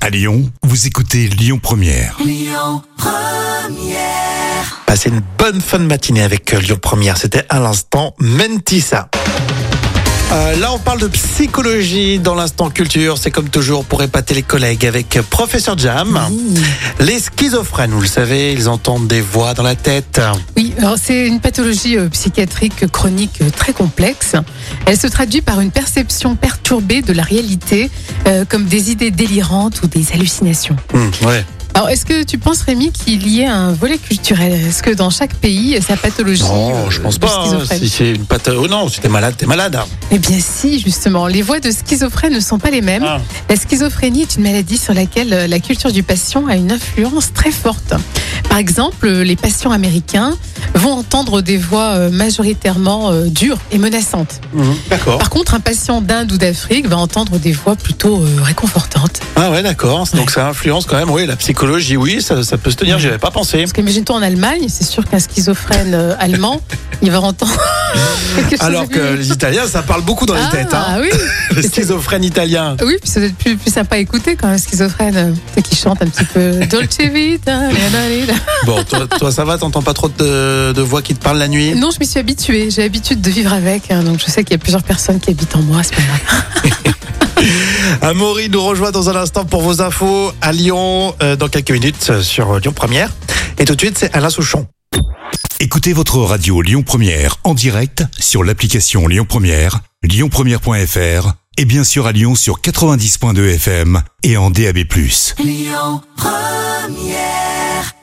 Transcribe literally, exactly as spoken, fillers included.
À Lyon, vous écoutez Lyon Première. Lyon Première. Passez une bonne fin de matinée avec Lyon Première. C'était à l'instant Mentissa. Euh, là, on parle de psychologie dans l'instant culture. C'est comme toujours pour épater les collègues avec Professeur Jam. Oui. Les schizophrènes, vous le savez, ils entendent des voix dans la tête. Oui, alors c'est une pathologie euh, psychiatrique chronique euh, très complexe. Elle se traduit par une perception perturbée de la réalité, euh, comme des idées délirantes ou des hallucinations. Hum, ouais. Alors, est-ce que tu penses, Rémi, qu'il y ait un volet culturel ? Est-ce que dans chaque pays, sa pathologie Non, euh, je pense de pas. hein. schizophrène Si c'est une pathologie, oh non, si t'es malade, t'es malade. hein. Eh bien si, justement. Les voix de schizophrène ne sont pas les mêmes. Ah. La schizophrénie est une maladie sur laquelle euh, la culture du patient a une influence très forte. Par exemple, les patients américains vont entendre des voix euh, majoritairement euh, dures et menaçantes. Hum, D'accord. Par contre, un patient d'Inde ou d'Afrique va entendre des voix plutôt euh, réconfortantes. Ah ouais, d'accord. Donc ça influence quand même, oui, la psychologie, oui, ça, ça peut se tenir. J'y avais pas pensé. Parce qu'imagine-toi en Allemagne, c'est sûr qu'un schizophrène euh, allemand, il va entendre quelque chose Alors de que plus- les Italiens, ça parle beaucoup dans les Ah, têtes. Hein. oui. Le schizophrène italien. Oui, puis ça doit être plus, plus sympa à écouter quand un schizophrène euh, tu sais, qui chante un petit peu Dolce Vita. la, la, la, la. Bon, toi, toi ça va, t'entends pas trop de, de voix qui te parlent la nuit? Non, je m'y suis habituée. J'ai l'habitude de vivre avec, hein, donc je sais qu'il y a plusieurs personnes qui habitent en moi, c'est pas grave. Amaury nous rejoint dans un instant pour vos infos à Lyon, euh, dans quelques minutes euh, sur Lyon Première. Et tout de suite, c'est Alain Souchon. Écoutez votre radio Lyon Première en direct sur l'application Lyon Première, lyon première point f r et bien sûr à Lyon sur quatre-vingt-dix point deux F M et en D A B plus. Lyon Première.